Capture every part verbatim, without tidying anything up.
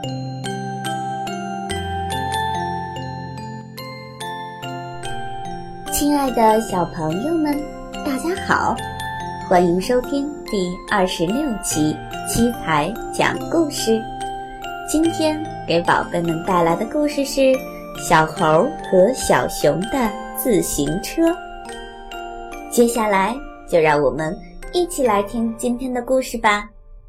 亲爱的小朋友们，大家好，欢迎收听第二十六期七彩讲故事。今天给宝贝们带来的故事是小猴和小熊的自行车。接下来就让我们一起来听今天的故事吧。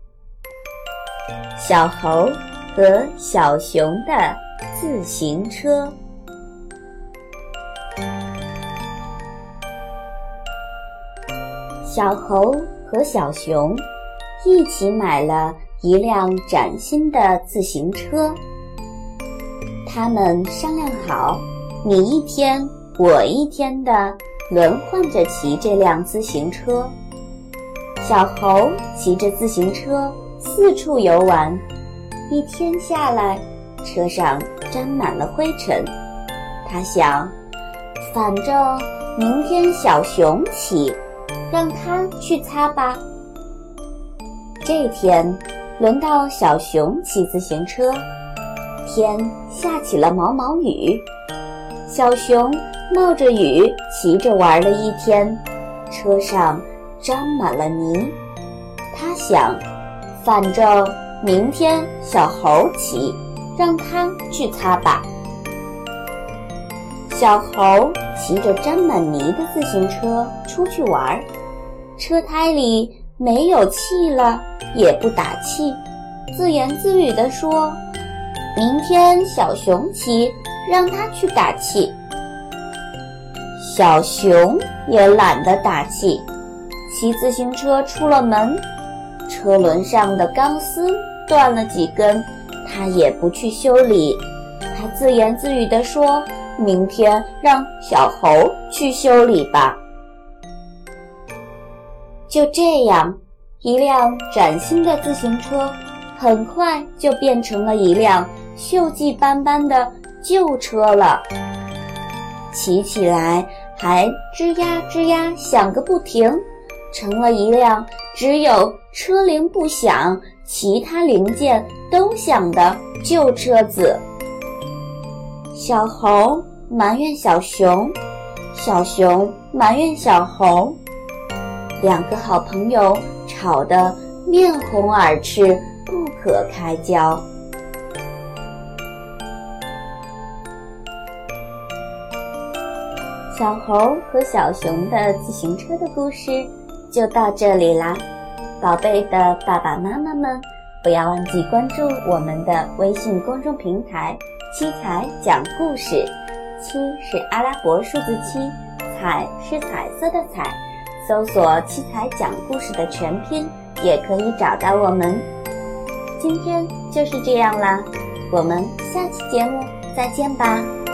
小猴和小熊的自行车。小猴和小熊一起买了一辆崭新的自行车，他们商量好，你一天我一天的轮换着骑这辆自行车。小猴骑着自行车四处游玩，一天下来，车上沾满了灰尘。他想，反正明天小熊骑，让他去擦吧。这天轮到小熊骑自行车，天下起了毛毛雨。小熊冒着雨骑着玩了一天，车上沾满了泥。他想，反正明天小猴骑，让他去擦吧。小猴骑着沾满泥的自行车出去玩，车胎里没有气了，也不打气，自言自语地说，明天小熊骑，让他去打气。小熊也懒得打气，骑自行车出了门，车轮上的钢丝断了几根，他也不去修理，还自言自语地说，明天让小猴去修理吧。就这样，一辆崭新的自行车很快就变成了一辆锈迹斑斑的旧车了，骑起来还吱呀吱呀响个不停，成了一辆只有车铃不响，其他零件都响的旧车子。小猴埋怨小熊，小熊埋怨小猴，两个好朋友吵得面红耳赤，不可开交。小猴和小熊的自行车的故事就到这里啦，宝贝的爸爸妈妈们，不要忘记关注我们的微信公众平台七彩讲故事，七是阿拉伯数字七，彩是彩色的彩，搜索七彩讲故事的全拼也可以找到我们。今天就是这样啦，我们下期节目再见吧。